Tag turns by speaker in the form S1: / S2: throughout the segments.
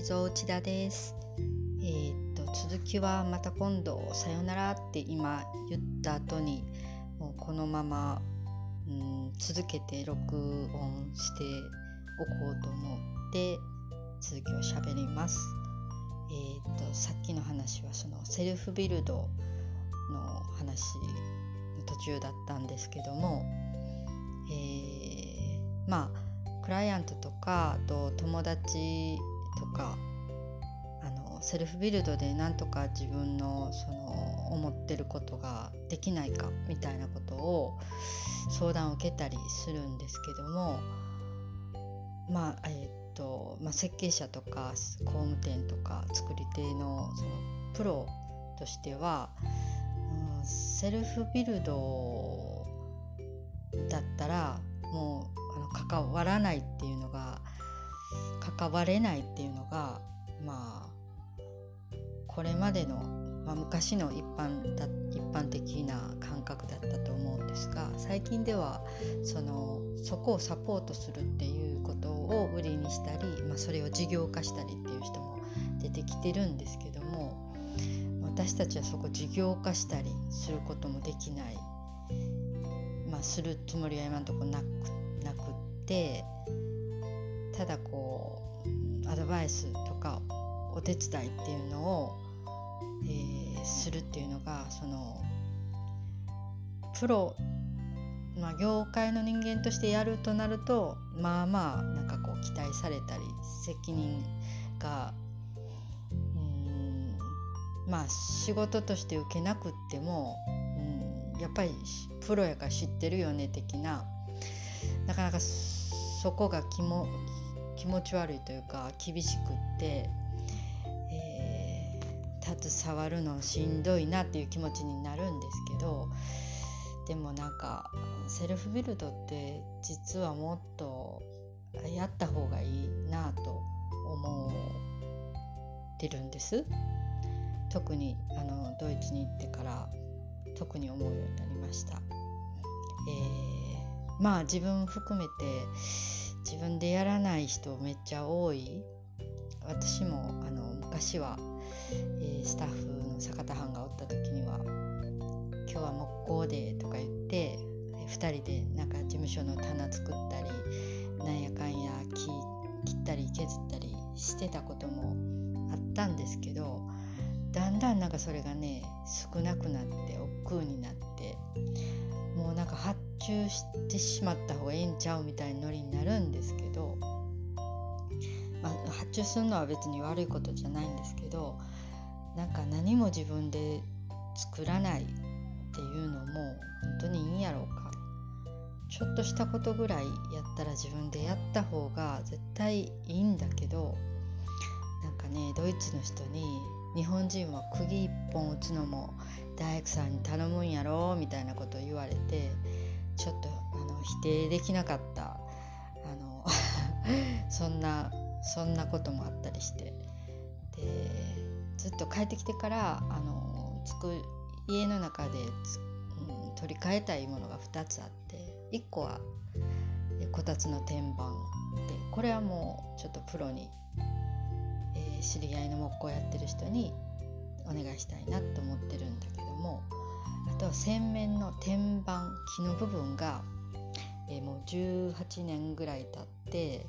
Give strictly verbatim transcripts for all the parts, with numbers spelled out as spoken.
S1: ぞ内田です。えー、っと続きはまた今度さよならって今言った後にもうこのまま、うん、続けて録音しておこうと思って続きを喋ります。えー、っとさっきの話はそのセルフビルドの話の途中だったんですけども、えー、まあクライアントとかと友達とかあのセルフビルドでなんとか自分のその思ってることができないかみたいなことを相談を受けたりするんですけども、まあえーっとまあ、設計者とか工務店とか作り手のそのプロとしては、うん、セルフビルドだったらもうあの関わらないっていうのが関われないっていうのがまあこれまでの、まあ、昔の一般だ一般的な感覚だったと思うんですが、最近ではそのそこをサポートするっていうことを売りにしたり、まあ、それを事業化したりっていう人も出てきてるんですけども、私たちはそこ事業化したりすることもできない、まあ、するつもりは今のところなくなくってただこうアドバイスとかお手伝いっていうのを、えー、するっていうのがそのプロ、まあ、業界の人間としてやるとなるとまあまあなんかこう期待されたり責任がうーんまあ仕事として受けなくってもうんやっぱりプロやから知ってるよね的な、なかなかそこが気も気持ち悪いというか厳しくって、えー、携わるのしんどいなっていう気持ちになるんですけど、でもなんかセルフビルドって実はもっとやった方がいいなと思ってるんです。特にあのドイツに行ってから特に思うようになりました。えー、まあ自分含めて自分でやらない人めっちゃ多い。私もあの昔は、えー、スタッフの坂田班がおった時には今日は木工でとか言ってふたりでなんか事務所の棚作ったりなんやかんや木切ったり削ったりしてたこともあったんですけど、だんだんなんかそれがね少なくなって億劫になってもうなんか発注してしまった方がええんちゃうみたいなノリになるんですけど、まあ、発注するのは別に悪いことじゃないんですけど、なんか何も自分で作らないっていうのも本当にいいんやろうか。ちょっとしたことぐらいやったら自分でやった方が絶対いいんだけど、なんかねドイツの人に日本人は釘一本打つのも大工さんに頼むんやろみたいなことを言われてちょっとあの否定できなかったあのそんなそんなこともあったりして、でずっと帰ってきてからあのつく家の中でつ、うん、取り替えたいものがふたつあって、いっこはこたつの天板で、これはもうちょっとプロに、えー、知り合いの木工やってる人にお願いしたいなと思ってるんだけども、あとは洗面の天板木の部分が、えー、もうじゅうはちねんぐらい経って、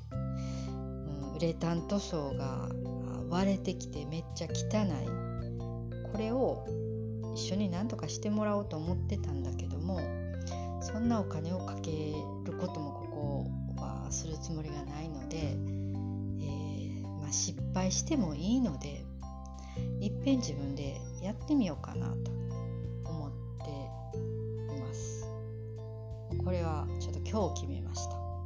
S1: うん、ウレタン塗装が割れてきてめっちゃ汚い。これを一緒に何とかしてもらおうと思ってたんだけども、そんなお金をかけることもここはするつもりがないので、えーまあ、失敗してもいいのでいっぺん自分でやってみようかなと思っています。これはちょっと今日決めました。はい、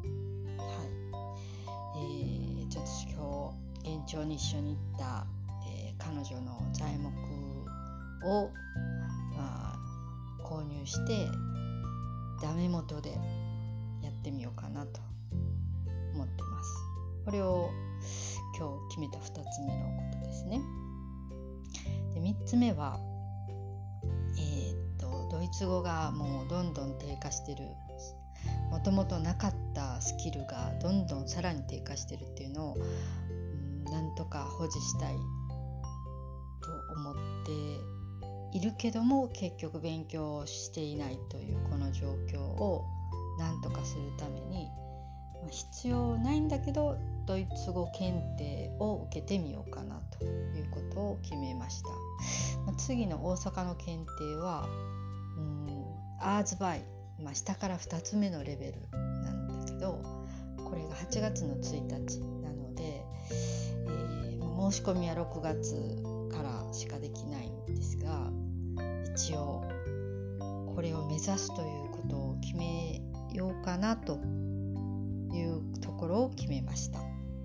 S1: えー、ちょっと今日現地に一緒に行った、えー、彼女の材木を、まあ、購入してダメ元でやってみようかなと思ってます。これを今日決めたふたつめのことですね。でみっつめは、えー、っとドイツ語がもうどんどん低下してる、もともとなかったスキルがどんどんさらに低下してるっていうのを、うんんなんとか保持したいと思っているけども、結局勉強をしていないというこの状況をなんとかするために、まあ、必要ないんだけどドイツ語検定を受けてみようかなということを決めました。まあ、次の大阪の検定はうーんアーズバイ、まあ、下からふたつめのレベルなんだけど、これがはちがつのついたちなので、えー、申し込みはろくがつからしかできないんですが、一応これを目指すということを決めようかなというところを決めました。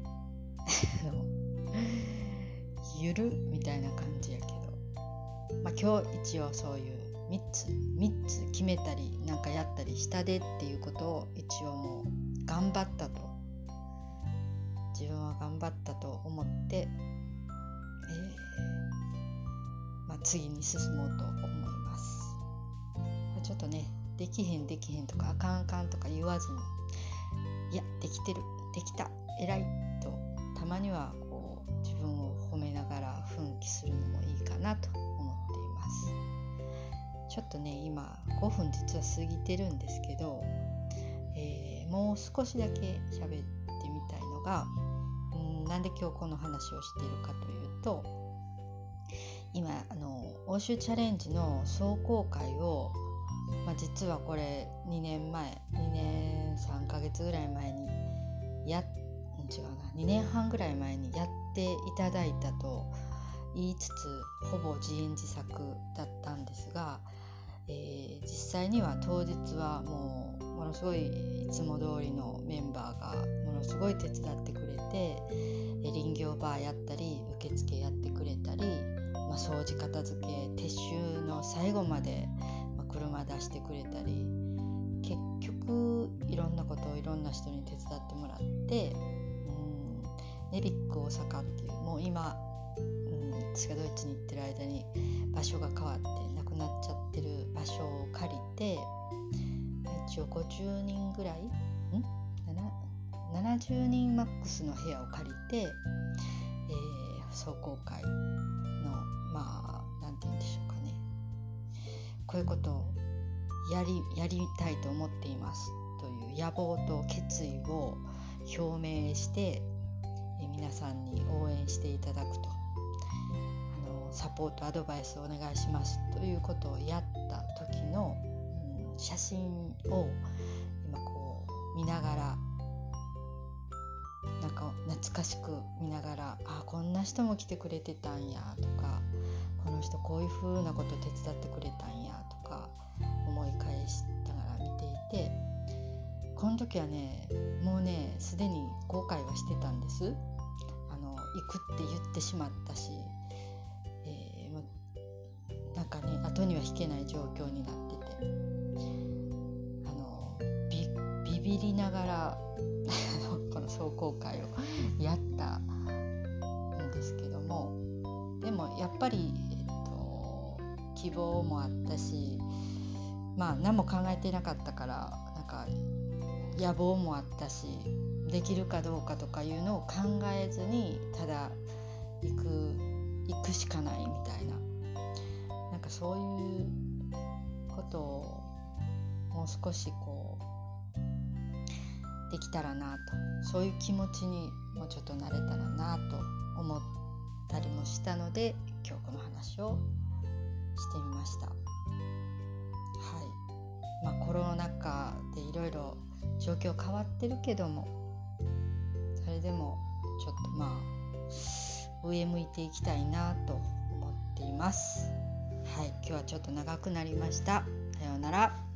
S1: ゆるみたいな感じやけど、まあ、今日一応そういうみっつみっつ決めたりなんかやったりしたでっていうことを一応もう頑張ったと、自分は頑張ったと思って、えーまあ、次に進もうと思います。ちょっとね、できへんできへんとかあかんあかんとか言わずに、いやできてる、できた、偉いとたまにはこう自分を褒めながら奮起するのもいいかなと思っています。ちょっとね今ごふん実は過ぎてるんですけど、えー、もう少しだけ喋ってみたいのが、んなんで今日この話をしているかというと、今あの欧州チャレンジの壮行会を、まあ、実はこれにねんまえにねんさんかげつぐらい前にや違うなにねんはんぐらい前にやっていただいたと言いつつ、ほぼ自演自作だったんですが、えー、実際には当日はもうものすごいいつも通りのメンバーがものすごい手伝ってくれて、林業バーやったり受付やってくれたり、まあ、掃除片付け撤収の最後まで、まあ、車出してくれたり、結局いろんなことをいろんな人に手伝ってもらって、うんネビック大阪っていう、もう今、うん、私がドイツに行ってる間に場所が変わってなくなっちゃってる場所を借りて、一応ごじゅうにんぐらいんななじゅうにんマックスの部屋を借りて、えー、壮行会のまあなんて言うんでしょうかね、こういうことをやり、やりたいと思っていますという野望と決意を表明して、え皆さんに応援していただくと、あのサポートアドバイスをお願いしますということをやった時の、うん、写真を今こう見ながら、なんか懐かしく見ながら、あこんな人も来てくれてたんやとか、この人こういう風なこと手伝ってくれたんやとか思い返しながら見ていて、この時はねもうねすでに後悔はしてたんです。あの行くって言ってしまったし、えー、もうなんかね後には引けない状況になってて、あの ビ, ビビりながらこの壮行会をやったんですけども、でもやっぱり、えっと、希望もあったし、まあ何も考えていなかったから、なんか野望もあったし、できるかどうかとかいうのを考えずにただ行く行くしかないみたいな、なんかそういうことをもう少しこうできたらなと、そういう気持ちにもうちょっとなれたらなと思ったりもしたので、今日この話をしてみました。はい、まあコロナ禍でいろいろ状況変わってるけども、それでもちょっとまあ上向いていきたいなと思っています。はい、今日はちょっと長くなりました。さようなら。